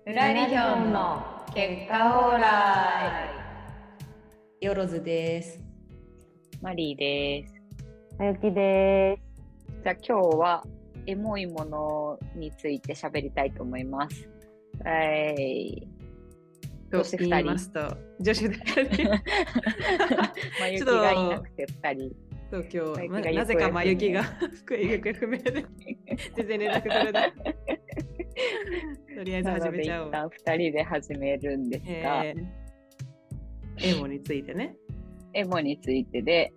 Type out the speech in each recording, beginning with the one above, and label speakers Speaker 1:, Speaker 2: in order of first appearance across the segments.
Speaker 1: フラリヒョンの結果オーライ。
Speaker 2: よろずです。
Speaker 1: マリーです。
Speaker 3: あゆきです。
Speaker 1: じゃあ今日はエモいものについて喋りたいと思います。
Speaker 2: と言いますと、女子2人。
Speaker 1: まゆきがいなくて2人。
Speaker 2: そう今日なぜかまゆきが行方不明で全然連絡取れない。とりあえず始めちゃおう。
Speaker 1: 一旦2人で始めるんですが、
Speaker 2: エモについてね。
Speaker 1: エモについてで、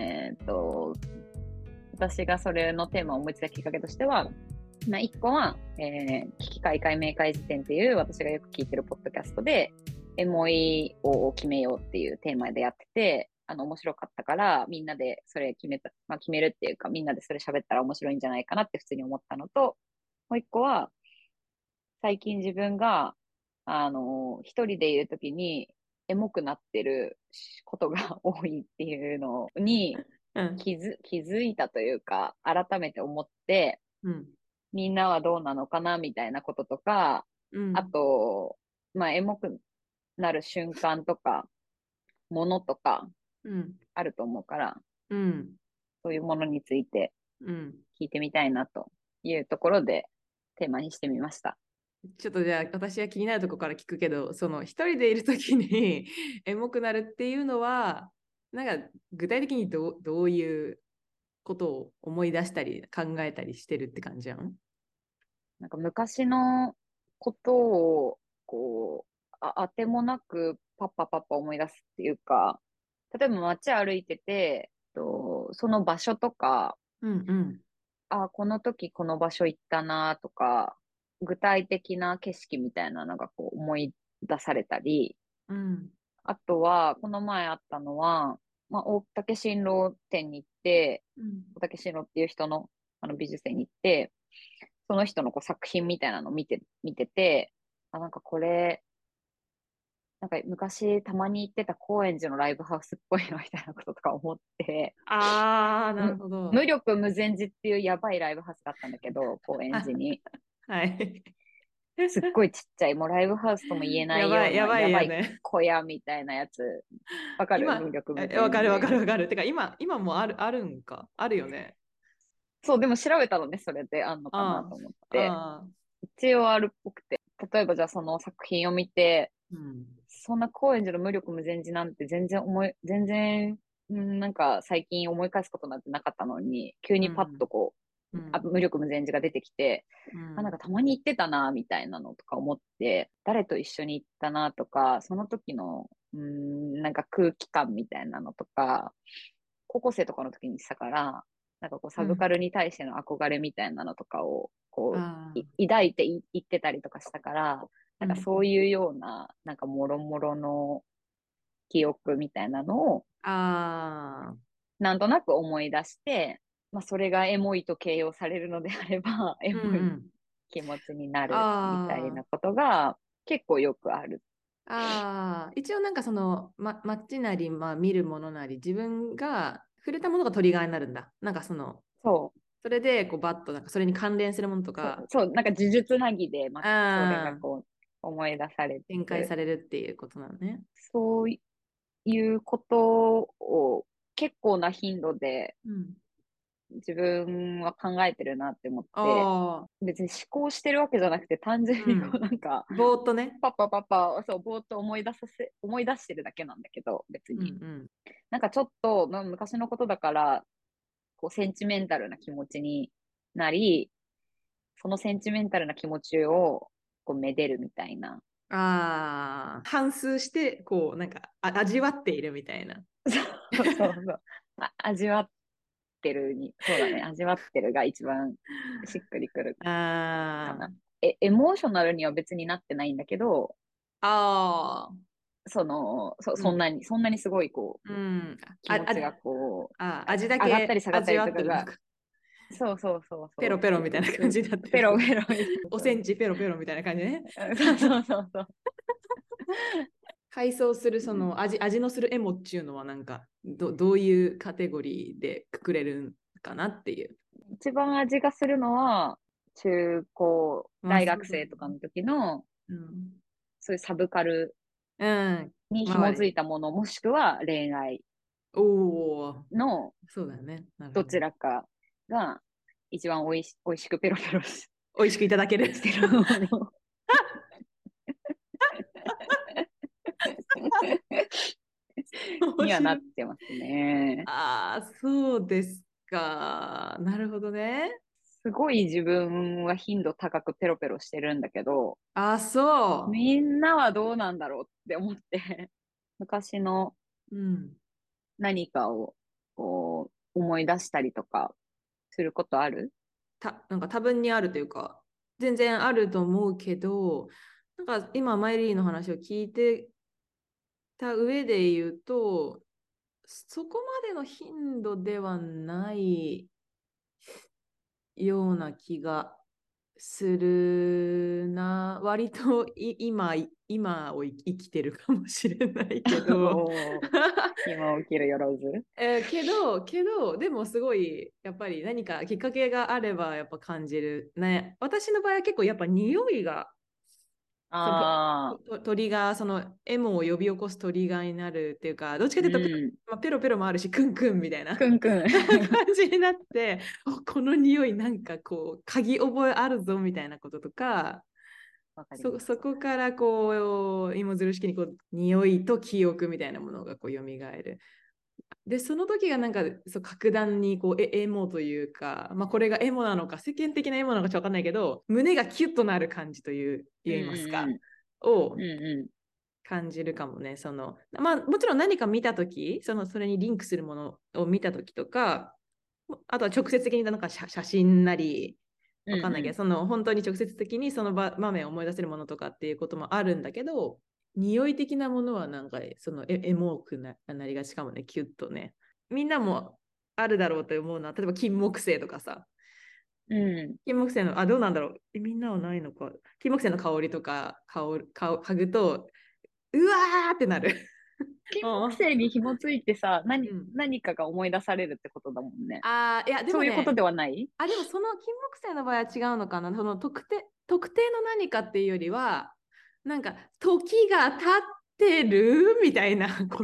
Speaker 1: 私がそれのテーマを思いついたきっかけとしては、1個は、危機開会明快辞典っていう私がよく聞いてるポッドキャストで、エモいを決めようっていうテーマでやってて、面白かったから、みんなでそれ決めるっていうか、みんなでそれ喋ったら面白いんじゃないかなって普通に思ったのと、もう1個は、最近自分が、一人でいるときに、エモくなってることが多いっていうのに気づいたというか、改めて思って、みんなはどうなのかなみたいなこととか、あと、エモくなる瞬間とか、ものとか、あると思うから、そういうものについて聞いてみたいなというところでテーマにしてみました。
Speaker 2: ちょっとじゃあ私は気になるところから聞くけど、その一人でいるときにエモくなるっていうのは、なんか具体的にどういうことを思い出したり考えたりしてるって感じじゃん？
Speaker 1: なんか昔のことを当てもなくパッパ思い出すっていうか、例えば街歩いてて、その場所とか、この時この場所行ったなとか、具体的な景色みたいなのが思い出されたり、あとは、この前あったのは、大竹新郎展に行って、大竹新郎っていう人の美術展に行って、その人の作品みたいなのを見てて、なんかこれ、なんか昔たまに行ってた高円寺のライブハウスっぽいなみたいなこととか思って、
Speaker 2: なるほど。
Speaker 1: 無力無前寺っていうやばいライブハウスがあったんだけど、高円寺に。
Speaker 2: はい。
Speaker 1: すっごいちっちゃい、もうライブハウスとも言えないような
Speaker 2: やばいよね。
Speaker 1: 小屋みたいなやつ。わかる？無力無前寺。
Speaker 2: わかる。てか今もあるんか。あるよね。
Speaker 1: そう、でも調べたのね、それであんのかなと思って。一応あるっぽくて。例えばじゃあその作品を見て、そんな高円寺の無力無前寺なんて全然、なんか最近思い返すことなんてなかったのに、急にパッと無力無前寺が出てきて、なんかたまに行ってたな、みたいなのとか思って、誰と一緒に行ったなとか、その時の、なんか空気感みたいなのとか、高校生とかの時にしたから、なんかサブカルに対しての憧れみたいなのとかを、抱いていってたりとかしたから、なんかそういうような、なんかもろもろの記憶みたいなのを、なんとなく思い出して、それがエモいと形容されるのであれば、エモい気持ちになるみたいなことが結構よくある。
Speaker 2: 一応なんかその、街なり、見るものなり、自分が触れたものがトリガーになるんだ。なんかそれでバッとなんかそれに関連するものとか。
Speaker 1: そう、なんか呪術なぎで、それが思い出されて。
Speaker 2: 展開されるっていうことなのね。
Speaker 1: そういうことを結構な頻度で、自分は考えてるなって思って、別に思考してるわけじゃなくて、単純になんか、
Speaker 2: ぼーっとね。
Speaker 1: パッそう、ぼーっと思い出してるだけなんだけど、別に。なんかちょっと、昔のことだから、センチメンタルな気持ちになり、そのセンチメンタルな気持ちを、めでるみたいな。
Speaker 2: 反芻して、なんか、味わっているみたいな。
Speaker 1: そう。味わってるそうだね。味わってるが一番しっくりくるかな。エモーショナルには別になってないんだけど、そんなにすごい気持ちが
Speaker 2: 味だけ
Speaker 1: 上がったり下がったりとかが。そう。
Speaker 2: ペロペロみたいな感じになってる。
Speaker 1: ペロペロ。
Speaker 2: おセンチペロペロみたいな感じね。
Speaker 1: そう。
Speaker 2: 回想するその味のするエモっていうのはなんかどういうカテゴリーでくくれるかなっていう。
Speaker 1: 一番味がするのは中高大学生とかの時のそういうサブカル
Speaker 2: うん。
Speaker 1: に紐づいたもの、もしくは恋愛
Speaker 2: おお。
Speaker 1: の
Speaker 2: そうだよね。なるほ
Speaker 1: ど
Speaker 2: ど。
Speaker 1: ちらかが一番おいしくペロペロ
Speaker 2: 美味しくいただける。
Speaker 1: してるものにはなってますね。
Speaker 2: ああ、そうですか。なるほどね。
Speaker 1: すごい自分は頻度高くペロペロしてるんだけど、
Speaker 2: ああ、そ
Speaker 1: みんなはどうなんだろうって思って昔の
Speaker 2: う。うん。
Speaker 1: 何かをこう思い出したりとかすることある？
Speaker 2: なんか多分にあるというか、全然あると思うけど、なんか今、マイリーの話を聞いてた上で言うと、そこまでの頻度ではないような気がするな。割と今を生きてるかもしれないけど。
Speaker 1: 今起きるよろず。
Speaker 2: けど、でもすごい、やっぱり何かきっかけがあればやっぱ感じるね。私の場合は結構やっぱ匂いが、その
Speaker 1: ああ、
Speaker 2: トリガー、そのエモを呼び起こすトリガーになるっていうか、どっちかというと
Speaker 1: うん。
Speaker 2: まあ、ペロペロもあるし、クンクンみたいな
Speaker 1: くんくん。
Speaker 2: 感じになって、この匂いなんかこう、嗅ぎ覚えあるぞみたいなこととか、
Speaker 1: わかります。
Speaker 2: そこからこう、芋づる式にこう、匂いと記憶みたいなものがこう蘇る。で、その時がなんか格段にこうエモというか、まあ、これがエモなのか、世間的なエモなのかちょっとわかんないけど、胸がキュッとなる感じと
Speaker 1: うん
Speaker 2: 言いますか、
Speaker 1: うん
Speaker 2: を
Speaker 1: うん。うんう
Speaker 2: 感じるかもね。まあ、もちろん何か見た時、それにリンクするものを見た時とか、あとは直接的になんか写真なり、
Speaker 1: ん。
Speaker 2: わかんないけど、
Speaker 1: うん
Speaker 2: その本当に直接的にその場面を思い出せるものとかっていうこともあるんだけど、匂い的なものはなんかエモくなりがちかもね、キュッとね。みんなもあるだろうと思うのは、例えば金木犀とかさ、
Speaker 1: うん。うん。
Speaker 2: 金木犀の、どうなんだろう。みんなはないのか。金木犀の香りとか、嗅ぐと、うわーってなる。
Speaker 1: 金
Speaker 2: うん。
Speaker 1: 木犀に紐ついてさ、
Speaker 2: うん。
Speaker 1: 何かが思い出されるってことだもんね。
Speaker 2: いや、で
Speaker 1: そういうこと
Speaker 2: もね、
Speaker 1: ではない？
Speaker 2: でもその金木犀の場合は違うのかな。その特定の何かっていうよりは、なんか、時が経ってるみたいなこと。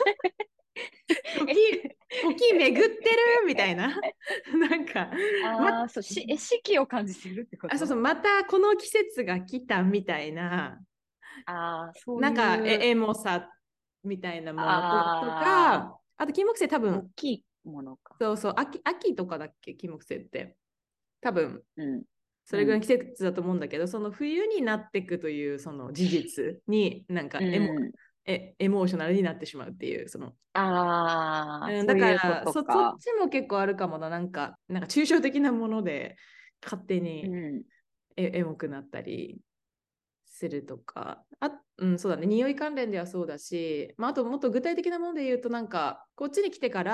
Speaker 1: え、
Speaker 2: 時巡ってるみたいな。なんか、
Speaker 1: ああ、そう、四季を感じてるってこ
Speaker 2: そうそう、
Speaker 1: と？
Speaker 2: またこの季節が来たみたいな、
Speaker 1: ああ、そう
Speaker 2: なんか、
Speaker 1: いう、
Speaker 2: エモさみたいなものと
Speaker 1: ああ、
Speaker 2: か、あと金木犀多分、
Speaker 1: 大きいものか。
Speaker 2: そうそう、秋とかだっけ、金木犀って。多分、
Speaker 1: うん。
Speaker 2: それぐらいの季節だと思うんだけど、その冬になっていくというその事実になんか
Speaker 1: うん。
Speaker 2: エモーショナルになってしまうっていう、
Speaker 1: ああ、
Speaker 2: だ
Speaker 1: そういうこ
Speaker 2: からそっ
Speaker 1: とか。
Speaker 2: ちも結構あるかもな、なんか抽象的なもので勝手に
Speaker 1: うん。
Speaker 2: エモくなったりするとか、うん、そうだね、匂い関連ではそうだし、まあ、あともっと具体的なもので言うと、なんか、こっちに来てから、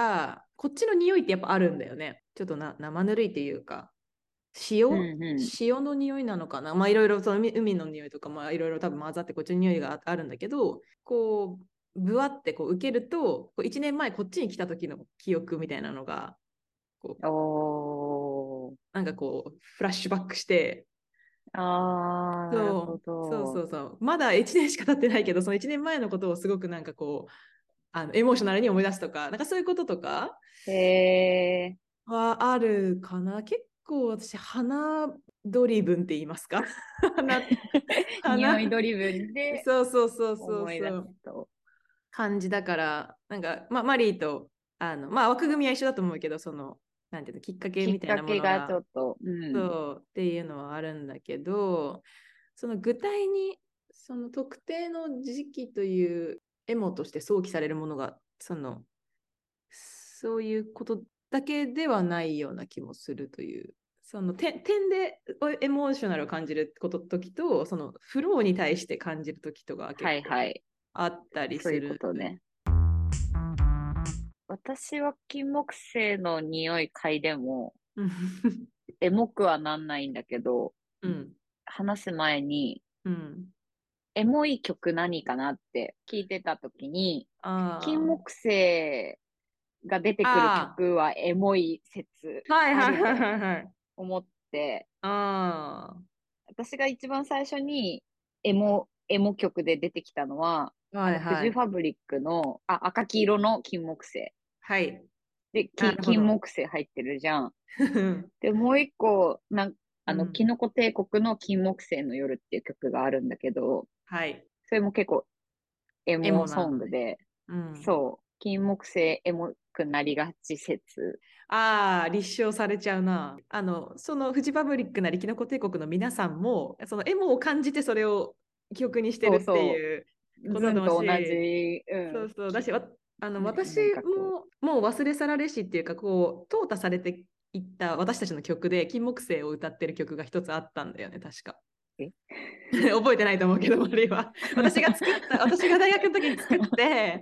Speaker 2: こっちの匂いってやっぱあるんだよね。ちょっと生ぬるいっていうか、塩
Speaker 1: うんう
Speaker 2: 塩の匂いなのかな、まあいろいろその海の匂いとかまあいろいろ多分混ざってこっちの匂いがあるんだけど、こうぶわってこう受けるとこう1年前こっちに来た時の記憶みたいなのがこう
Speaker 1: ん。おー。
Speaker 2: なんかこうフラッシュバックして、
Speaker 1: ああ、なるほど。
Speaker 2: まだ1年しか経ってないけど、その1年前のことをすごくなんかこうエモーショナルに思い出すとか、なんかそういうこととか
Speaker 1: へえ。
Speaker 2: はあるかな。結構私花ドリブンって言いますか？花
Speaker 1: 匂い
Speaker 2: 花
Speaker 1: ドリブンで思い出す
Speaker 2: そう
Speaker 1: と。
Speaker 2: 感じだから、なんか、まあ、マリーとまあ、枠組みは一緒だと思うけど、なんていうの、きっかけ
Speaker 1: きっ
Speaker 2: みたいなも
Speaker 1: かけがち
Speaker 2: のが、
Speaker 1: ょっと、うん。
Speaker 2: そうっていうのはあるんだけど、その具体にその特定の時期というエモとして想起されるものがそういうことだけではないような気もするという、その点でエモーショナルを感じる時と、そのフローに対して感じる時とか結構
Speaker 1: はいはい。
Speaker 2: あったり
Speaker 1: そういうこ
Speaker 2: する。
Speaker 1: とね。私は金木犀の匂い嗅いでも、
Speaker 2: うん。
Speaker 1: エモくはなんないんだけど、
Speaker 2: うん。
Speaker 1: 話す前に、
Speaker 2: うん。
Speaker 1: エモい曲何かなって聞いてた時に、金
Speaker 2: あ
Speaker 1: 木犀が出てくる
Speaker 2: あ。
Speaker 1: 曲はエモい説
Speaker 2: はいはいはい
Speaker 1: あると
Speaker 2: はいはい。
Speaker 1: 思って、
Speaker 2: ああ。
Speaker 1: 私が一番最初にエモ曲で出てきたのは、フジファブリックの、赤黄色の金木犀。
Speaker 2: はい。
Speaker 1: で、金木犀入ってるじゃん。で、もう一個、キノコ帝国の金木犀の夜っていう曲があるんだけど、
Speaker 2: はい。
Speaker 1: それも結構エモソングで、そう、金木犀エモくなりがち説。
Speaker 2: 立証されちゃうな。そのフジファブリックなりキノコ帝国の皆さんも、そのエモを感じてそれを曲にしてるっていうことだと思うし、
Speaker 1: 同じ、
Speaker 2: そうそう。だし、私ももう忘れ去られしっていうか、こう、淘汰されていった私たちの曲で、金木犀を歌ってる曲が一つあったんだよね、確か。覚えてないと思うけど、あるいは。私が大学の時に作って、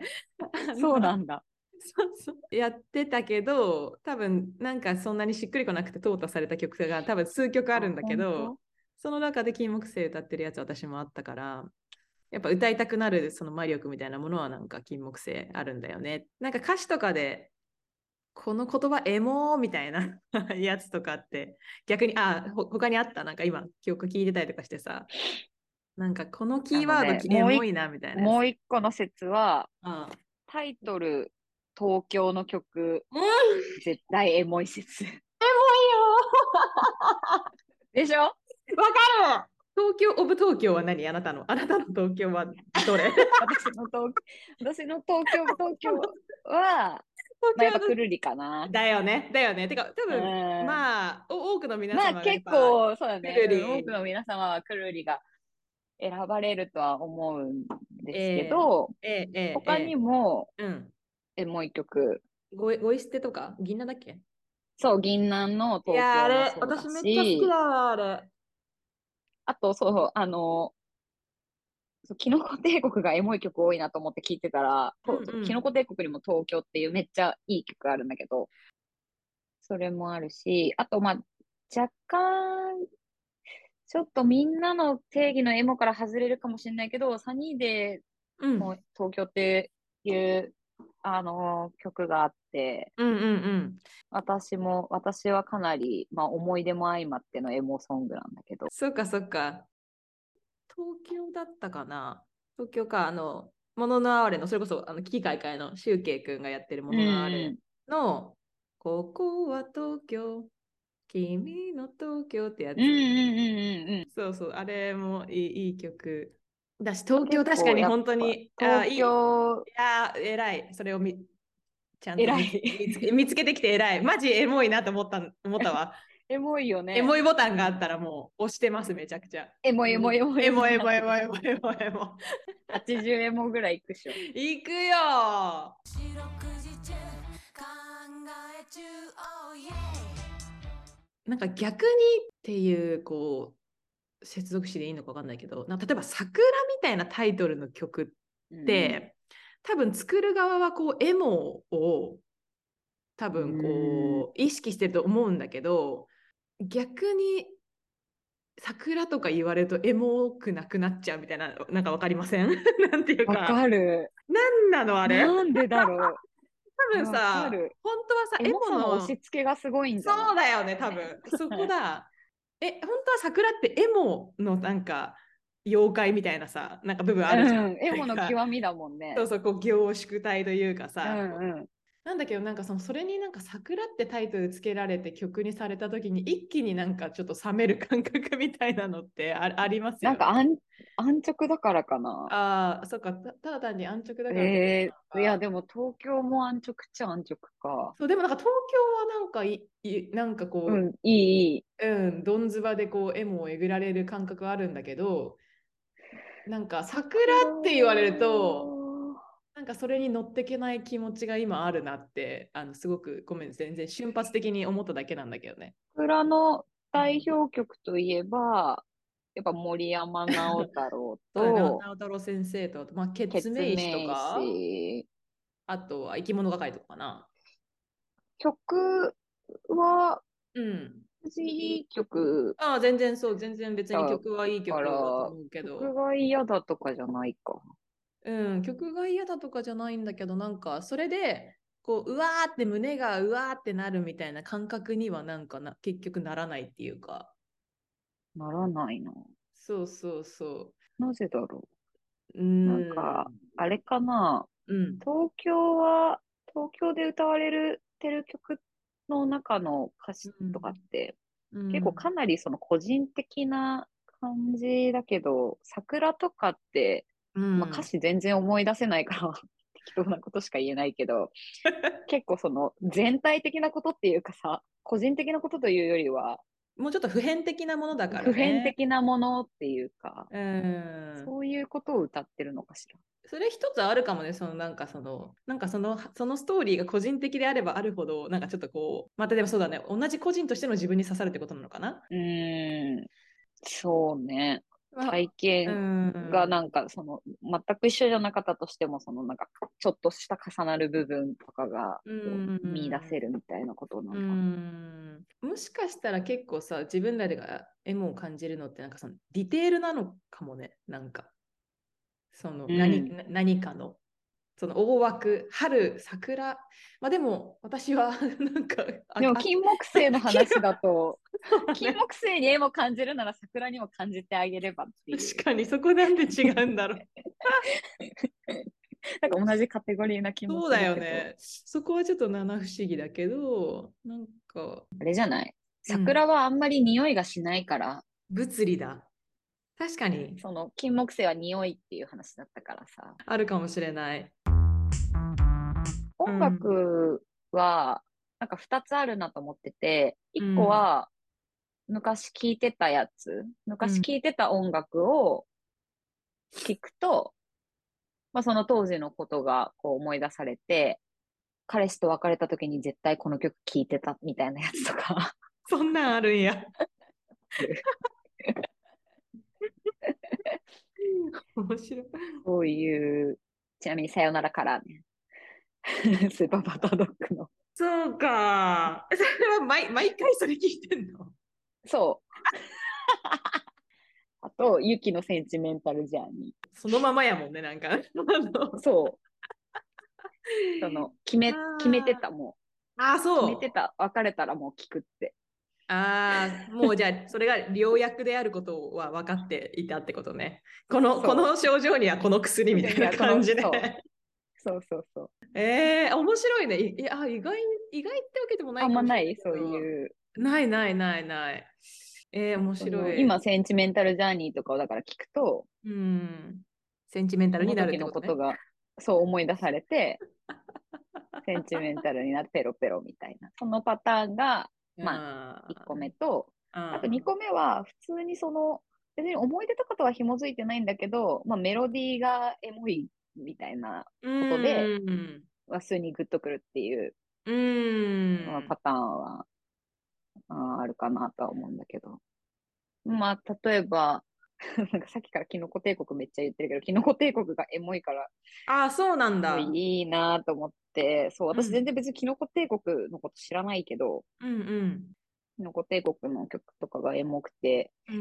Speaker 1: そうなんだ。
Speaker 2: そうやってたけど、多分なんかそんなにしっくりこなくて淘汰された曲が多分数曲あるんだけど、その中で金木犀歌ってるやつ私もあったから、やっぱ歌いたくなるその魔力みたいなものはなんか金木犀あるんだよね。なんか歌詞とかでこの言葉エモーみたいなやつとかって逆に他にあった、なんか今曲聞いてたりとかしてさ、なんかこのキーワードエモいなみたいなやつ。
Speaker 1: もう一個の説は、タイトル東京の曲、絶対エモい説。エモいよでしょ？わか
Speaker 2: る。東京オブ東京は何？あなたの東京はどれ？
Speaker 1: 私の東京は、やっぱくるりかな。
Speaker 2: だよね。てか、多分、多くの皆様が
Speaker 1: 結構、そうだね。多くの皆様はくるりが選ばれるとは思うんですけど、他にも、エモい曲。
Speaker 2: ごい捨てとか銀杏だっけ？
Speaker 1: そう、銀杏の東京もそうだし。
Speaker 2: 私めっちゃ好きだわ、あれ。
Speaker 1: あと、キノコ帝国がエモい曲多いなと思って聞いてたら、キノコ帝国にも東京っていうめっちゃいい曲あるんだけど、それもあるし、あと、若干、ちょっとみんなの定義のエモから外れるかもしれないけど、サニーデーの東京っていう、曲があって、私はかなり、思い出も相まってのエモソングなんだけど。
Speaker 2: そっか。東京だったかな？東京か、もののあわれの、それこそ、危機開会のシュウケイ君がやってるもののあわれの、ここは東京、君の東京ってやつ。そう、あれもいい曲だし、東京確かに本当に、
Speaker 1: 東京、
Speaker 2: いや、偉い。それをちゃんと見つけてきて偉い。マジエモいなと思ったわ。
Speaker 1: エモいよね。
Speaker 2: エモいボタンがあったらもう押してます、めちゃくちゃ。
Speaker 1: エモ。
Speaker 2: 80
Speaker 1: エモぐらいいくっしょ。
Speaker 2: いくよ。なんか逆にっていうこう接続詞でいいのか分かんないけど、例えば桜みたいなタイトルの曲って、多分作る側はこうエモを多分こう意識してると思うんだけど、逆に桜とか言われるとエモくなくなっちゃうみたいな、なんか分かりません？なんていうか。
Speaker 1: わかる。
Speaker 2: なんなのあれ？
Speaker 1: なんでだろう。
Speaker 2: 多分さ、本当はさ、
Speaker 1: エモの押し付けがすごいんじゃない？
Speaker 2: そうだよね、多分。そこだ。本当は桜ってエモのなんか妖怪みたいなさ、なんか部分あるじゃん。
Speaker 1: エモの極みだもんね。
Speaker 2: そう、こう凝縮体というかさ。なんだけど、なんかそれになんか桜ってタイトルつけられて曲にされた時に一気になんかちょっと冷める感覚みたいなのってありますよね。
Speaker 1: なんか安直だからかな。
Speaker 2: そっか、ただ単に安直だから。
Speaker 1: いや、でも東京も安直っちゃ安直か。
Speaker 2: そう、でもなんか東京はなんかなんかこう、
Speaker 1: いい。
Speaker 2: どんずばでこう、エモをえぐられる感覚はあるんだけど、なんか桜って言われると、なんかそれに乗ってけない気持ちが今あるなって、すごくごめん、全然瞬発的に思っただけなんだけどね。
Speaker 1: 桜の代表曲といえば、やっぱ森山直太朗と、
Speaker 2: 直太朗先生と、ケツメイシとか、あとは生き物係とかかな。
Speaker 1: 曲は、いい曲。
Speaker 2: 全然別に曲はいい曲だと思うけど。
Speaker 1: 曲が嫌だとかじゃないか。
Speaker 2: 曲が嫌だとかじゃないんだけど、なんかそれで、こう、うわーって胸がうわーってなるみたいな感覚にはなんか結局ならないっていうか。
Speaker 1: ならないな。
Speaker 2: そう。
Speaker 1: なぜだろなんか、あれかな、
Speaker 2: うん。
Speaker 1: 東京で歌われてる曲の中の歌詞とかって、結構かなりその個人的な感じだけど、桜とかって、まあ、歌詞全然思い出せないから適当なことしか言えないけど、結構その全体的なことっていうかさ、個人的なことというよりは、
Speaker 2: もうちょっと普遍的なものだから
Speaker 1: 普遍
Speaker 2: ね。
Speaker 1: 的なものっていうか、
Speaker 2: うん
Speaker 1: そういうことを歌ってるのかしら。
Speaker 2: それ一つあるかもね、そのストーリーが個人的であればあるほど、なんかちょっとこう、またでもそうだね、同じ個人としての自分に刺さるってことなのかな。
Speaker 1: そうね。体
Speaker 2: う
Speaker 1: 験が
Speaker 2: ん。
Speaker 1: なんかその全く一緒じゃなかったとしてもそのなんかちょっとした重なる部分とかが
Speaker 2: う
Speaker 1: こう見出
Speaker 2: ん。
Speaker 1: せるみたいなことな
Speaker 2: う
Speaker 1: のかな。
Speaker 2: ん。もしかしたら結構さ、自分らがエモを感じるのってなんかそのディテールなのかもね、なんか。その
Speaker 1: うん。
Speaker 2: 何かの。その大枠、春、桜。まあでも、私はなんか、
Speaker 1: でも金木犀の話だと、
Speaker 2: そうね。
Speaker 1: 金木犀に絵も感じるなら桜にも感じてあげればっていう。
Speaker 2: 確かに、そこなんで違うんだろう。
Speaker 1: なんか同じカテゴリーな気も
Speaker 2: そうだ
Speaker 1: するけど。
Speaker 2: よね。そこはちょっと七不思議だけど、なんか、
Speaker 1: あれじゃない
Speaker 2: うん、
Speaker 1: 桜はあんまり匂いがしないから、
Speaker 2: 物理だ。確かに、
Speaker 1: その金木犀は匂いっていう話だったからさ。
Speaker 2: あるかもしれない。う
Speaker 1: 音
Speaker 2: ん、
Speaker 1: 楽は、なんか二つあるなと思ってて、一個
Speaker 2: うん、
Speaker 1: は昔
Speaker 2: うん。
Speaker 1: 聴いてた音楽を聴くと、まあその当時のことがこう思い出されて、彼氏と別れた時に絶対この曲聴いてたみたいなやつとか
Speaker 2: そんなんあるんや。
Speaker 1: ある。
Speaker 2: 面白い。
Speaker 1: そういう、ちなみにさよならカラーね。スーパーバタードッグの。
Speaker 2: そうか。それは毎回それ聞いてんの？
Speaker 1: そう。あと、ユキのセンチメンタルジャーニ
Speaker 2: そのままやもんね、なんか。
Speaker 1: ー。そう。その、決めて
Speaker 2: あ
Speaker 1: た、も
Speaker 2: あ、
Speaker 1: う。決めて
Speaker 2: そう。
Speaker 1: た。別れたらもう聞くって。
Speaker 2: ああ、もうじゃあ、それが良薬であることは分かっていたってことね。こ
Speaker 1: そ
Speaker 2: の症状にはこの薬み
Speaker 1: う。
Speaker 2: たいな
Speaker 1: いや、
Speaker 2: 感じで。
Speaker 1: そうそうそう。
Speaker 2: 面白いね。意外ってわけでもな
Speaker 1: あん
Speaker 2: いかもしれない
Speaker 1: まない、そう
Speaker 2: けど。
Speaker 1: いう、
Speaker 2: ない。面
Speaker 1: その、
Speaker 2: 白い。
Speaker 1: 今、センチメンタルジャーニーとかをだから聞くと、
Speaker 2: うん。センチメンタルになるっ
Speaker 1: その時の
Speaker 2: てことね。
Speaker 1: ことが、そう思い出されて、センチメンタルになってペロペロみたいな。そのパターンが、まあ、1個目と、あと2個目は、普通にその、別に思い出とかとは紐づいてないんだけど、まあ、メロディーがエモいみたいな
Speaker 2: う
Speaker 1: ことで、
Speaker 2: ん。
Speaker 1: 普通にグッとくるっていう、
Speaker 2: うん。
Speaker 1: パターンはあるかなとは思うんだけど。まあ、例えば、なんかさっきからキノコ帝国めっちゃ言ってるけど、キノコ帝国がエモいから、
Speaker 2: ああ、そうなん
Speaker 1: もう
Speaker 2: だ。
Speaker 1: いいなと思って、そう、私全
Speaker 2: うん。
Speaker 1: 然別にキノコ帝国のこと知らないけど、
Speaker 2: うん
Speaker 1: キノコ帝国の曲とかがエモくて、
Speaker 2: うん。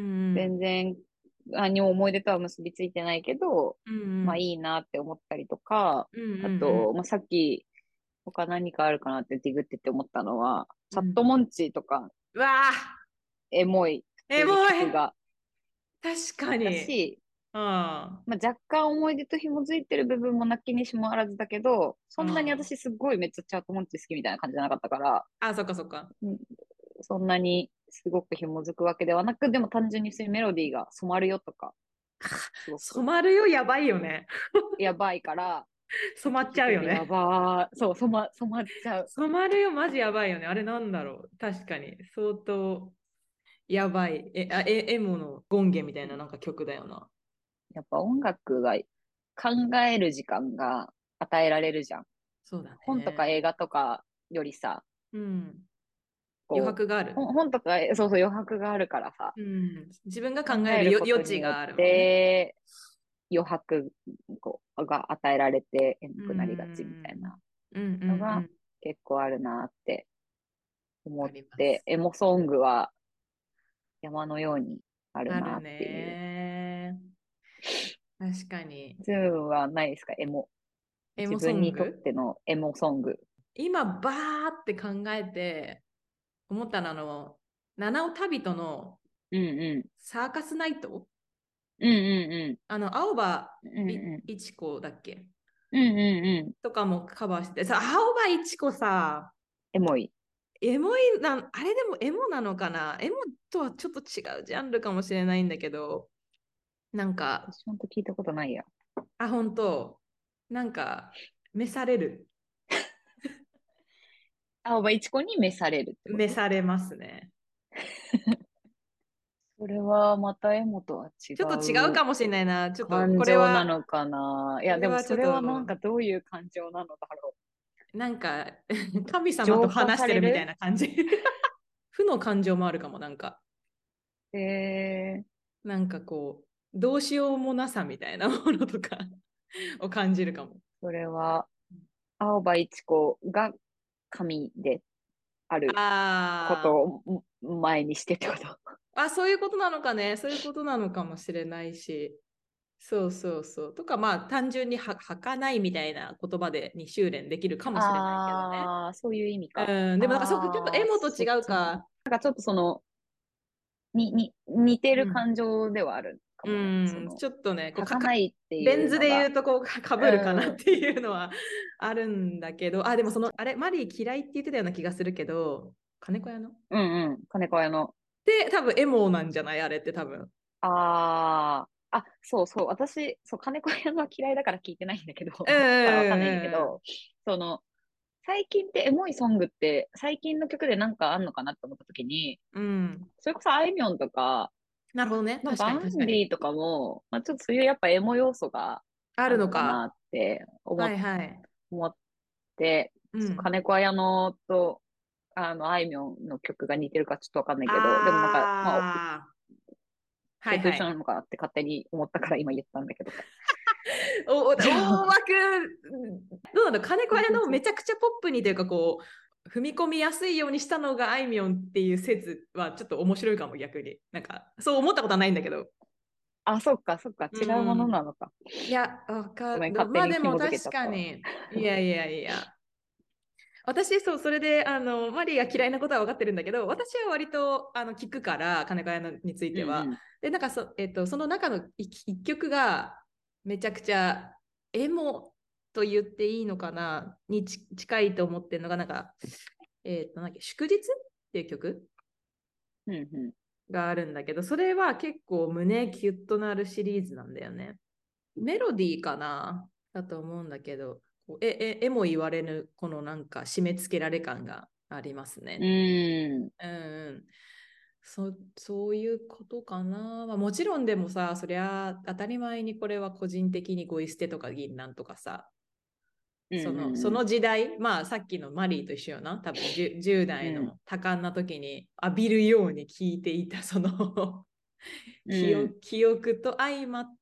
Speaker 1: 全然何も思い出とは結びついてないけど、
Speaker 2: うんうん。
Speaker 1: まあいいなって思ったりとか、
Speaker 2: うんうん
Speaker 1: あと、
Speaker 2: うん。
Speaker 1: まあさっき、他何かあるかなってディグってって思ったのは、チャット
Speaker 2: うん。
Speaker 1: モンチーとか
Speaker 2: うわあ、
Speaker 1: エモい、普通に
Speaker 2: エモい。
Speaker 1: 曲が。
Speaker 2: 確かに。
Speaker 1: だし、
Speaker 2: うん。
Speaker 1: まあ、若干思い出と紐づいてる部分もなきにしもあらずだけど、
Speaker 2: う
Speaker 1: そんなに
Speaker 2: ん。
Speaker 1: 私すっごいめっちゃチャートモンチ好きみたいな感じじゃなかったから、
Speaker 2: あ、そっかそっか。
Speaker 1: うんそんなにすごく紐づくわけではなく、でも単純にそういうメロディーが染まるよとか、すごく
Speaker 2: 染まるよ、やばいよね。
Speaker 1: やばいから、
Speaker 2: 染まっちゃう
Speaker 1: 聞いててや
Speaker 2: よね。
Speaker 1: ばー、そう、染まっちゃう。
Speaker 2: 染まるよ、マジやばいよね。あれなんだろう。確かに。相当やばい。エモの権限みたいななんか曲だよな。
Speaker 1: やっぱ音楽が考える時間が与えられるじゃん。
Speaker 2: そうだ
Speaker 1: 本とか
Speaker 2: ね。
Speaker 1: 映画とかよりさ、
Speaker 2: うん。余
Speaker 1: こう、
Speaker 2: 白がある。
Speaker 1: 本とか、そうそう余白があるからさ、
Speaker 2: うん。自分が考
Speaker 1: 考える
Speaker 2: える
Speaker 1: ことによっ
Speaker 2: 余地があるもんね。
Speaker 1: て、余白が与えられて
Speaker 2: う
Speaker 1: 眠くなりがちみたい
Speaker 2: ん。
Speaker 1: な
Speaker 2: うん
Speaker 1: のが
Speaker 2: うん。
Speaker 1: 結構あるなって思っ
Speaker 2: ありま
Speaker 1: て、
Speaker 2: す。
Speaker 1: エモソングは山のようにある
Speaker 2: ある
Speaker 1: なっていう。
Speaker 2: ね。確かに。
Speaker 1: ズームはないですか自
Speaker 2: エモソ
Speaker 1: 分にとっ
Speaker 2: ング
Speaker 1: てのエモソング。
Speaker 2: 今、バーって考えて思ったの七尾旅人の
Speaker 1: うんうん。
Speaker 2: サーカスナイト
Speaker 1: うんうん。
Speaker 2: 青葉
Speaker 1: うんう
Speaker 2: いちこだっけ
Speaker 1: ん。うんうんうん。
Speaker 2: とかもカバーしてて、さ、青葉いちこさ、
Speaker 1: エモい。
Speaker 2: エモいあれでもエモなのかな、エモとはちょっと違うジャンルかもしれないんだけど、なんか、
Speaker 1: 私ほんと聞いたことないや。
Speaker 2: 本当なんか、召される。
Speaker 1: 青葉一子に召されるってこと？
Speaker 2: 召されますね。
Speaker 1: それはまたエモとは違
Speaker 2: ちょっと違う
Speaker 1: う
Speaker 2: かもしれないな。ちょっと、
Speaker 1: 感情なのかな。いや、でも
Speaker 2: ちょっ
Speaker 1: それはなん
Speaker 2: と、
Speaker 1: かどういう感情なのだろ
Speaker 2: なんか、神
Speaker 1: う。
Speaker 2: 様と
Speaker 1: 浄化
Speaker 2: 話してるみたい
Speaker 1: される。
Speaker 2: な感じ。負の感情もあるかも、なんか。
Speaker 1: え
Speaker 2: なんかこう、どうしようもなさみたいなものとかを感じるかも。
Speaker 1: それは、青葉一子が神であること
Speaker 2: あ
Speaker 1: を前にしてってこと？
Speaker 2: そういうことなのかね。そういうことなのかもしれないし。そうそうそう。とか、まあ、単純に儚いみたいな言葉でに修練できるかもしれないけどね。
Speaker 1: ああ、そういう意味か。
Speaker 2: うん、でもなんかちょっと
Speaker 1: ああ、
Speaker 2: エモと違
Speaker 1: そっちの。
Speaker 2: うか。
Speaker 1: なんかちょっと似てる
Speaker 2: うん。
Speaker 1: 感情ではあるか
Speaker 2: う
Speaker 1: もね。
Speaker 2: ん、ちょっとね、
Speaker 1: 儚いって
Speaker 2: ベン図で言
Speaker 1: いうのが。
Speaker 2: うとこうかぶるかなっ
Speaker 1: うん、
Speaker 2: ていうのはあるんだけど、でもマリー嫌いって言ってたような気がするけど、金子屋の
Speaker 1: うんうん、金子屋の。
Speaker 2: で、多分エモなんじゃないあれって多分。
Speaker 1: そうそう、私、そう、金子屋のは嫌いだから聞いてないんだけど、
Speaker 2: うん
Speaker 1: からわかんないんだけ
Speaker 2: うん
Speaker 1: ど、その、最近ってエモいソングって、最近の曲でなんかあんのかなって思った時に、
Speaker 2: うん。うん。
Speaker 1: それこそあいみょんとか、
Speaker 2: なるほどね。確か
Speaker 1: バ
Speaker 2: に確かに。
Speaker 1: ンディとかも、まあ、ちょっとそういうやっぱエモ要素が
Speaker 2: ある
Speaker 1: ある
Speaker 2: のか。
Speaker 1: のかなって
Speaker 2: はいはい。
Speaker 1: 思って、そう
Speaker 2: うん。
Speaker 1: 金子綾乃と、あいみょんの曲が似てるかちょっとわかんないけど、でもなんか、まあ、
Speaker 2: ああ。は
Speaker 1: それと
Speaker 2: いはい。
Speaker 1: 一緒なのかなって勝手に思ったから今言ったんだけど。
Speaker 2: 大枠、どうなの、金子屋の
Speaker 1: そうそうそう。
Speaker 2: めちゃくちゃポップにというかこう、踏み込みやすいようにしたのがあいみょんっていう説はちょっと面白いかも、逆に。なんか、そう思ったことはないんだけど。
Speaker 1: あ、そっか、そっか、
Speaker 2: う
Speaker 1: 違うもの
Speaker 2: ん。
Speaker 1: なのか。
Speaker 2: いや、わか
Speaker 1: ごめん、
Speaker 2: る。
Speaker 1: 勝手
Speaker 2: まあで
Speaker 1: に紐付けち
Speaker 2: も確
Speaker 1: ゃったわ。
Speaker 2: かに。いやいやいや。私、そう、それで、マリーが嫌いなことは分かってるんだけど、私は割と、聞くから、金子屋については。
Speaker 1: うんうん。
Speaker 2: で、なんかその中の一曲が、めちゃくちゃ、エモと言っていいのかな、に近いと思ってるのが、なんか、なんだっけ、祝日っていう曲
Speaker 1: うんう
Speaker 2: があるんだけど、それは結構胸キュッとなるシリーズなんだよね。メロディーかなだと思うんだけど、えも言われぬ、このなんか締め付けられ感があります
Speaker 1: ん。
Speaker 2: ね。
Speaker 1: うん。
Speaker 2: うん、そういうことかな。まあ、もちろんでもさ、そりゃ当たり前にこれは個人的にゴイ捨てとか銀杏とかさ、
Speaker 1: うん
Speaker 2: そ
Speaker 1: うん
Speaker 2: の時代、まあさっきのマリーと一緒よな。多分10代
Speaker 1: うん。
Speaker 2: の多感な時に浴びるように聞いていたその
Speaker 1: うん。
Speaker 2: 記憶と相まって、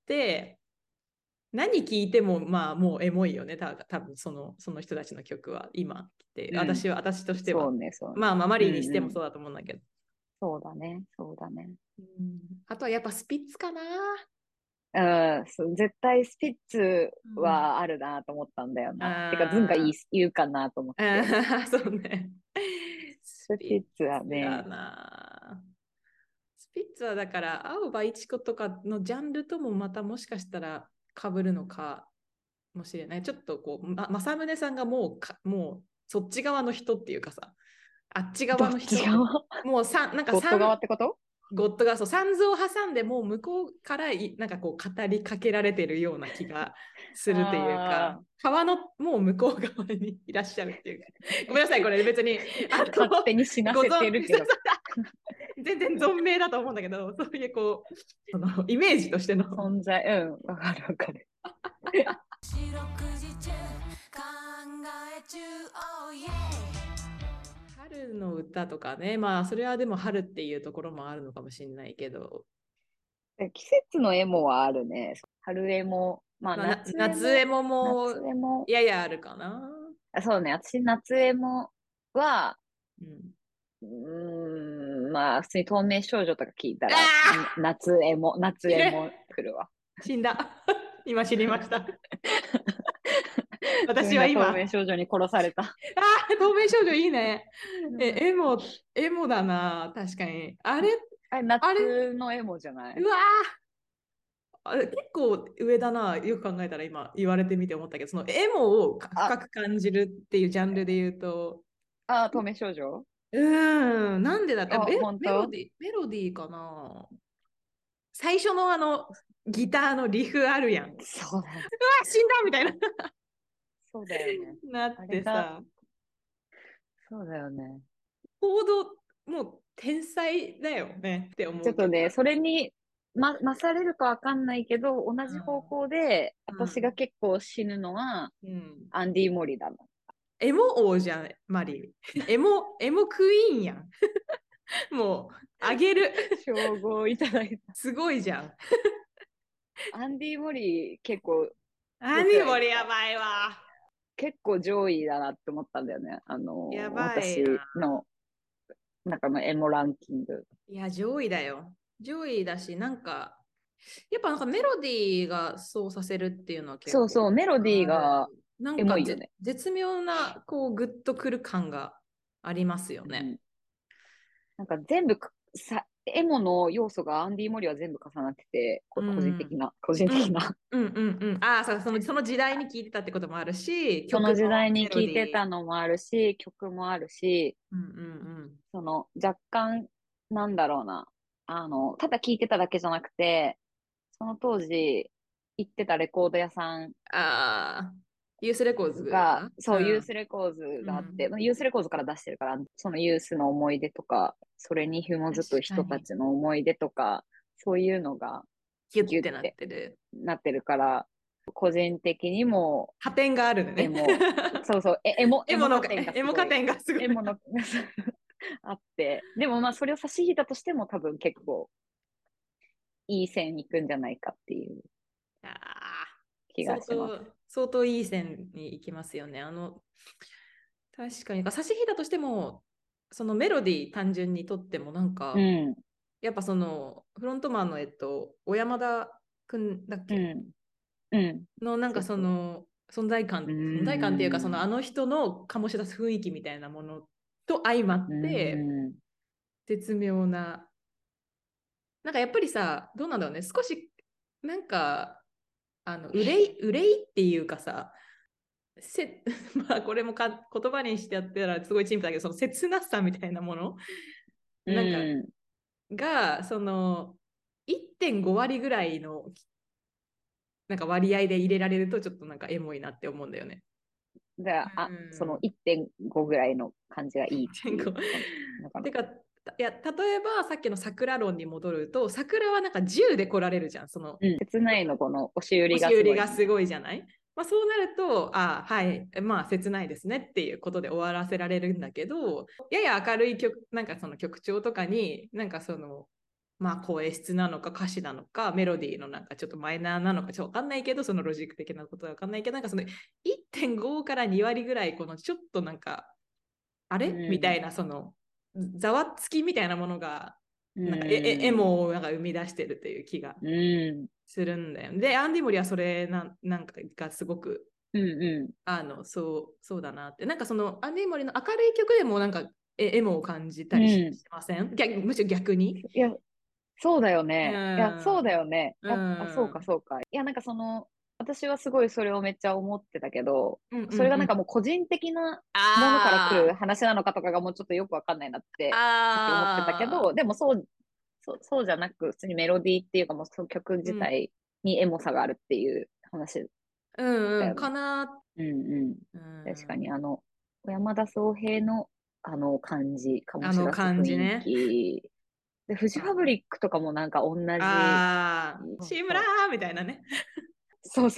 Speaker 2: 何聞いてもまあもうエモいよね。多分その人たちの曲は今って、
Speaker 1: うん。
Speaker 2: 私としては。
Speaker 1: そうね、そうね。
Speaker 2: まあまあマリーにして
Speaker 1: うんうん。
Speaker 2: もそうだと思うんだけど。
Speaker 1: そうだね、そうだね。
Speaker 2: うん、あとはやっぱスピッツかな。
Speaker 1: うん、絶対スピッツ
Speaker 2: うん、
Speaker 1: はあるなと思ったんだよな。てか、ズンが
Speaker 2: あ
Speaker 1: 言うかなと思って。
Speaker 2: そうね。ス
Speaker 1: スピッ
Speaker 2: ピ
Speaker 1: ツは
Speaker 2: ッツだ
Speaker 1: ね、
Speaker 2: な。スピッツはだから、青葉一子とかのジャンルともまたもしかしたら被るのかもしれない。ちょっとこう、政宗さんがもうそっち側の人っていうかさ、あっち
Speaker 1: どっ
Speaker 2: 側の人、
Speaker 1: ち側？
Speaker 2: もうなんか
Speaker 1: ゴッド側ってこと？
Speaker 2: ゴッドがそう、三蔵を挟んでもう向こうからなんかこう語りかけられてるような気がするというか、
Speaker 1: あ
Speaker 2: 川のもう向こう側にいらっしゃるっていうか、ごめんなさい、これ別に、
Speaker 1: 勝手に死なせてるけど。
Speaker 2: 全然存命だと思うんだけど、そういうこう、そのイメージとしての。
Speaker 1: 存在、うん、わかるわかる。
Speaker 2: 春の歌とかね、まあそれはでも春っていうところもあるのかもしれないけど、
Speaker 1: 季節のエモはあるね。春エモ、まあ
Speaker 2: まあ、
Speaker 1: 夏エモ、
Speaker 2: 夏エモも
Speaker 1: 夏エモ、
Speaker 2: ややあるかな。
Speaker 1: そうね、私夏エモは、
Speaker 2: うん、
Speaker 1: まあ普通に透明少女とか聞いたら、
Speaker 2: あ
Speaker 1: 夏エモ来るわ。
Speaker 2: 死んだ。今知りました。私
Speaker 1: 自分が透明
Speaker 2: は今、
Speaker 1: 少女に殺された。
Speaker 2: 透明少女いいね。
Speaker 1: うん、
Speaker 2: エモだな、確かに。あれ、
Speaker 1: あれ、
Speaker 2: あれ、
Speaker 1: 夏のエモじゃない？
Speaker 2: うわ結構上だな、よく考えたら今言われてみて思ったけど、そのエモを深く感じるっていうジャンルで言うと、
Speaker 1: 透明少女。
Speaker 2: なんでだって
Speaker 1: 本当？
Speaker 2: メロディーかな。最初のギターのリフあるやん。
Speaker 1: そうだよ。
Speaker 2: うわ、死んだみたいな。
Speaker 1: そうだよね。
Speaker 2: なってさ。
Speaker 1: そうだよね。
Speaker 2: コード、もう天才だよねって思うけど。
Speaker 1: ちょっとね、それに、勝れるかわかんないけど、同じ方向で、私が結構死ぬのは、アンディ・モリだな。
Speaker 2: エモ王じゃん、マリー。エモクイーンやん。もう、あげる。
Speaker 1: 称号いただいた。
Speaker 2: すごいじゃん。
Speaker 1: アンディ・モリ結構、
Speaker 2: アンディ・モリやばいわ。
Speaker 1: 結構上位だなって思ったんだよね。
Speaker 2: やばい
Speaker 1: 私の中のエモランキング。
Speaker 2: いや、上位だよ。上位だし、やっぱメロディーがそうさせるっていうのは結構。
Speaker 1: そうそう、メロディーがエモいよね。
Speaker 2: 絶妙な、こう、グッとくる感がありますよね。
Speaker 1: なんか全部エモの要素がアンディ・モリは全部重なってて、個人的な。
Speaker 2: その時代に聴いてたってこともあるし、
Speaker 1: その時代に聴いてたのもあるし、曲もあるし、その若干、なんだろうな、ただ聴いてただけじゃなくて、その当時行ってたレコード屋さん
Speaker 2: ユースレコーズ
Speaker 1: が、そう、ユースレコーズがあって、ユースレコーズから出してるから、そのユースの思い出とか、それに紐づく人たちの思い出とか、そういうのが
Speaker 2: ギュッてなってる
Speaker 1: から、個人的にも、
Speaker 2: 加点があるね。
Speaker 1: そうそう、エモ
Speaker 2: 加点がすごい。
Speaker 1: エモのあって、でもまあそれを差し引いたとしても多分結構いい線に行くんじゃないかっていう気がします。
Speaker 2: 相当いい線に行きますよね。確かに差し引いたとしても、そのメロディー単純にとってもやっぱそのフロントマンの小山田くんだっけ、のその存在感っていうか、そのあの人の醸し出す雰囲気みたいなものと相まって、絶妙な。やっぱりさ、どうなんだろうね、少し憂いっていうかさ、まあこれも言葉にしてやったらすごいチンプだけど、その切なさみたいなものがその 1.5 割ぐらいの割合で入れられるとちょっとエモいなって思うんだよね。
Speaker 1: その 1.5 ぐらいの感じがいいっていう
Speaker 2: てか、例えばさっきの桜論に戻ると、桜は10で来られるじゃん。
Speaker 1: 切ないのこの押し売り
Speaker 2: がすごいじゃない。まあ、そうなると、はい、まあ切ないですねっていうことで終わらせられるんだけど、やや明るい曲、その曲調とかに、まあ声質なのか歌詞なのかメロディーのちょっとマイナーなのかちょっとわかんないけど、そのロジック的なことはわかんないけど、その 1.5 から2割ぐらい、このちょっとあれ、みたいな、そのざわつきみたいなものがエモを生み出してるという気がするんだよね。で、アンディ・モリはそれがすごく、そうだなって。そのアンディ・モリの明るい曲でもエモを感じたりしません？むしろ逆に。
Speaker 1: いや、そうだよね。いや、そうだよね。そうか、そうか。いや、その、私はすごいそれをめっちゃ思ってたけど、それがもう個人的なものから来る話なのかとかがもうちょっとよくわかんないなってさっき思ってたけど、でもそうじゃなく、普通にメロディーっていうかもうその曲自体にエモさがあるっていう話だよね。
Speaker 2: かな。
Speaker 1: 確かに山田宗平の感じ、醸し出す雰囲気。で、フジファブリックとかも同じ。
Speaker 2: 志村みたいなね。
Speaker 1: そう。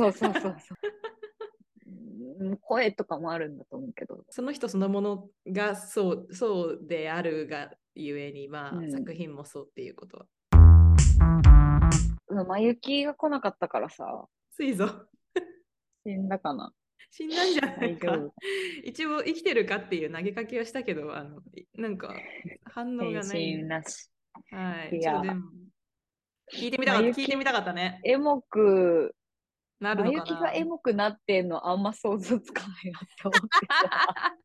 Speaker 1: 声とかもあるんだと思うけど。
Speaker 2: その人そのものがそうであるがゆえに、まあ、作品もそうっていうことは。
Speaker 1: まゆきが来なかったからさ。
Speaker 2: 水ぞ。
Speaker 1: 死んだかな。
Speaker 2: 死んだんじゃないか。一応生きてるかっていう投げかけをしたけど、反応がない。
Speaker 1: なし。
Speaker 2: はい。ちょっとでも聞いてみたかったね。
Speaker 1: エモく
Speaker 2: なるのかな。
Speaker 1: まゆきがエモくなってんのあんま想像つかないなって思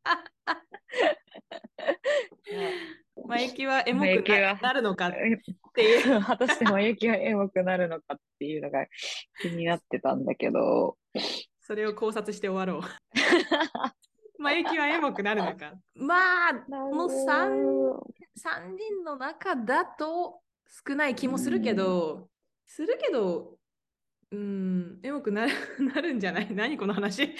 Speaker 1: って
Speaker 2: た。まゆきはエモくなるのか。 っていう。
Speaker 1: 果たしてまゆきはエモくなるのかっていうのが気になってたんだけど。
Speaker 2: それを考察して終わろう。まゆきはエモくなるのか。まあ、この3人の中だと少ない気もするけど、エモくなるんじゃない？何この話。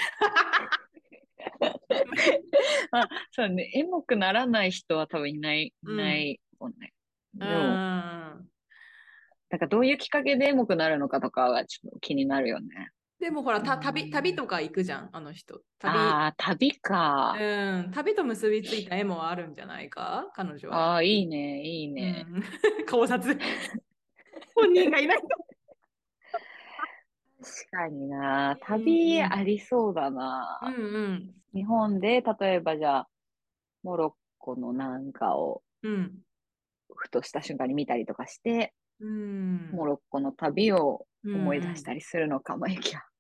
Speaker 1: まあ、そうね、エモくならない人は多分いないもんね。でも、なんかどういうきっかけでエモくなるのかとかはちょっと気になるよね。
Speaker 2: でもほら、旅とか行くじゃん、あの人。
Speaker 1: 旅か。
Speaker 2: 旅と結びついたエモはあるんじゃないか、彼女は。
Speaker 1: いいね、いいね。
Speaker 2: 考察。本人がいないと。
Speaker 1: 確かにな。旅ありそうだな。日本で、例えばじゃあ、モロッコのなんかを、ふとした瞬間に見たりとかして、モロッコの旅を思い出したりするのかも、ゆきは。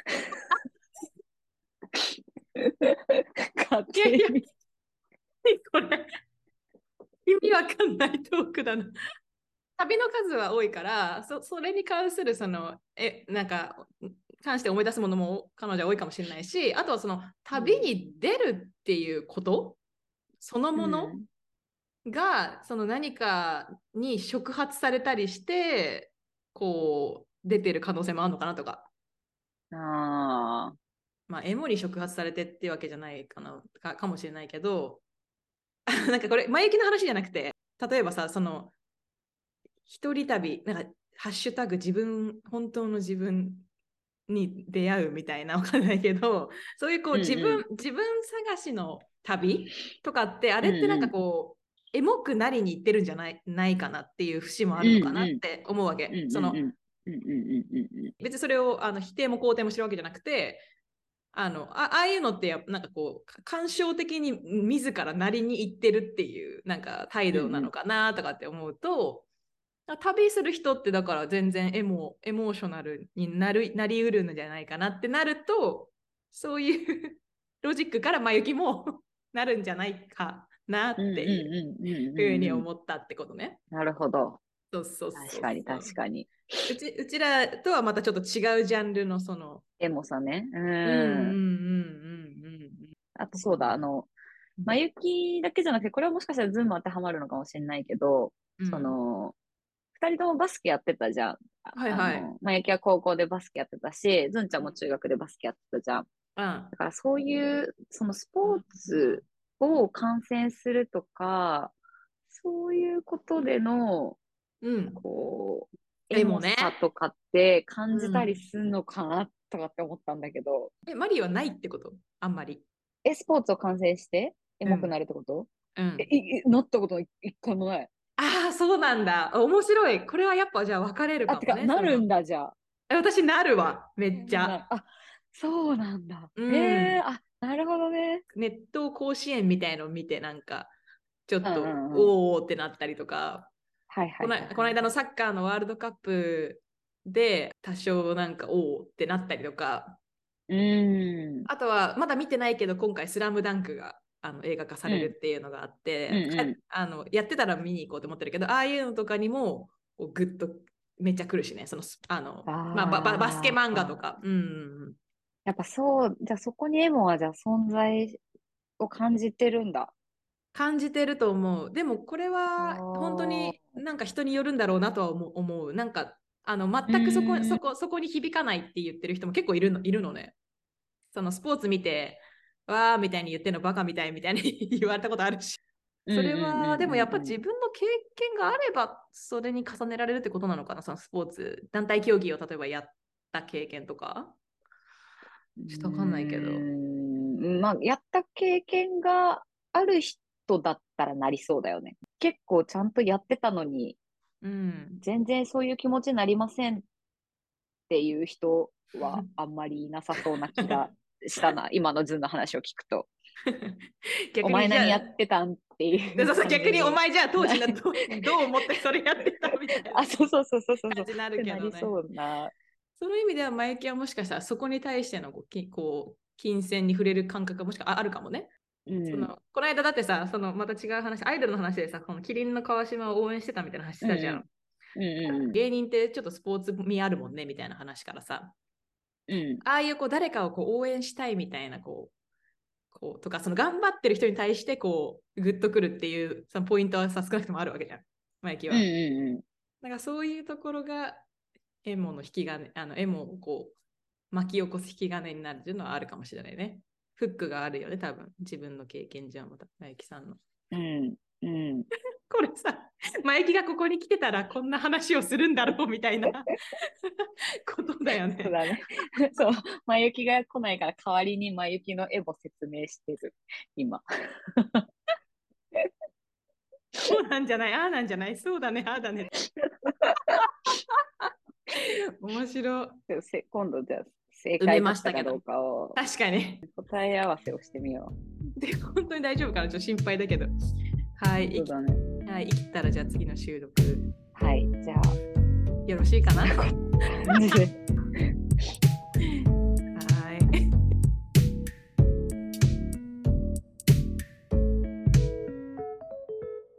Speaker 1: 勝手に。
Speaker 2: これ、意味わかんないトークだな。旅の数は多いから、それに関するなんか関して思い出すものも彼女は多いかもしれないし、あとはその旅に出るっていうこと、そのものがその何かに触発されたりしてこう出てる可能性もあるのかなとか。まあエモに触発されてっていうわけじゃないかもしれないけど、なんかこれ前行きの話じゃなくて、例えばさ、その一人旅、なんかハッシュタグ本当の自分に出会うみたいな、わかんないけど、そういう自分探しの旅とかって、あれってなんかエモくなりに行ってるんじゃないかなっていう節もあるのかなって思うわけ。別にそれを否定も肯定もしてるわけじゃなくて、ああいうのってなんか感傷的に自らなりに行ってるっていうなんか態度なのかなとかって思うと、旅する人ってだから全然エモーショナルになりうるんじゃないかなってなると、そういうロジックからまゆきもなるんじゃないかなっていうふうに思ったってことね。
Speaker 1: なるほど。
Speaker 2: そう
Speaker 1: 確かに確かに。
Speaker 2: うちらとはまたちょっと違うジャンルの
Speaker 1: エモさね。あとそうだ、まゆきだけじゃなくて、これはもしかしたらズーム当てはまるのかもしれないけど、二人ともバスケやってたじゃん。まゆきは高校でバスケやってたし、ずんちゃんも中学でバスケやってたじゃん。だからそういう、そのスポーツを観戦するとか、そういうことでの、エモさとかって感じたりするのかなとかって思ったんだけど。
Speaker 2: マリーはないってこと？あんまり。
Speaker 1: スポーツを観戦してエモくなるってこと？なったこと一回もない。
Speaker 2: ああ、そうなんだ。面白い。これはやっぱじゃあ分かれるかもね。
Speaker 1: なるんだ、じゃあ。
Speaker 2: 私なるわ、めっちゃ。
Speaker 1: そうなんだ。なるほどね。
Speaker 2: 熱湯甲子園みたいのを見て、なんか、ちょっと、おーってなったりとか、この間のサッカーのワールドカップで、多少なんか、おーってなったりとか、あとは、まだ見てないけど、今回、スラムダンクが映画化されるっていうのがあって、やってたら見に行こうと思ってるけど、ああいうのとかにも、グッとめっちゃ来るしね、バスケ漫画とか。
Speaker 1: やっぱそう、じゃあそこにエモはじゃあ存在を感じてるんだ。
Speaker 2: 感じてると思う。でもこれは本当になんか人によるんだろうなとは思う。なんか全くそこに響かないって言ってる人も結構いるのね。そのスポーツ見て、わーみたいに言ってるのバカみたいに言われたことあるし。それはでもやっぱ自分の経験があればそれに重ねられるってことなのかな。そのスポーツ、団体競技を例えばやった経験とか。ちょっとわかんないけど。
Speaker 1: まあ、やった経験がある人だったらなりそうだよね。結構ちゃんとやってたのに、全然そういう気持ちになりませんっていう人はあんまりいなさそうな気がしたな。今のズンの話を聞くと。お前何やってたんっていう。
Speaker 2: 逆にお前じゃあ当時どう思ってそれやってたみたいな
Speaker 1: そう感
Speaker 2: じになるけどね。その意味では、マユキはもしかしたらそこに対しての金銭に触れる感覚がもしかあるかもね。この間だってさ、また違う話、アイドルの話でさ、このキリンの川島を応援してたみたいな話したじゃん。 芸人ってちょっとスポーツ味あるもんねみたいな話からさ、ああいうこう誰かをこう応援したいみたいなこうとか、その頑張ってる人に対してこうグッとくるっていうそのポイントはさ少なくともあるわけじゃん、マイキーは。だからそういうところがエモの引き金、エモをこう巻き起こす引き金になるっていうのはあるかもしれないね。フックがあるよね、多分自分の経験上、またマイキさんの。これさ、マイキがここに来てたらこんな話をするんだろうみたいなことだよね。
Speaker 1: そうだね。そう、マユキが来ないから代わりにマユキのエボ説明してる、今。
Speaker 2: そうなんじゃない、ああなんじゃない、そうだね、ああだね。面白い。
Speaker 1: 今度じゃあ正解だったかどうかを
Speaker 2: 確かに
Speaker 1: 答え合わせをしてみよ
Speaker 2: う。で、本当に大丈夫かな、ちょっと心配だけど。はい、
Speaker 1: そうだね。
Speaker 2: はい、生きたらじゃあ次の収録。
Speaker 1: はい、じゃあ
Speaker 2: よろしいかな。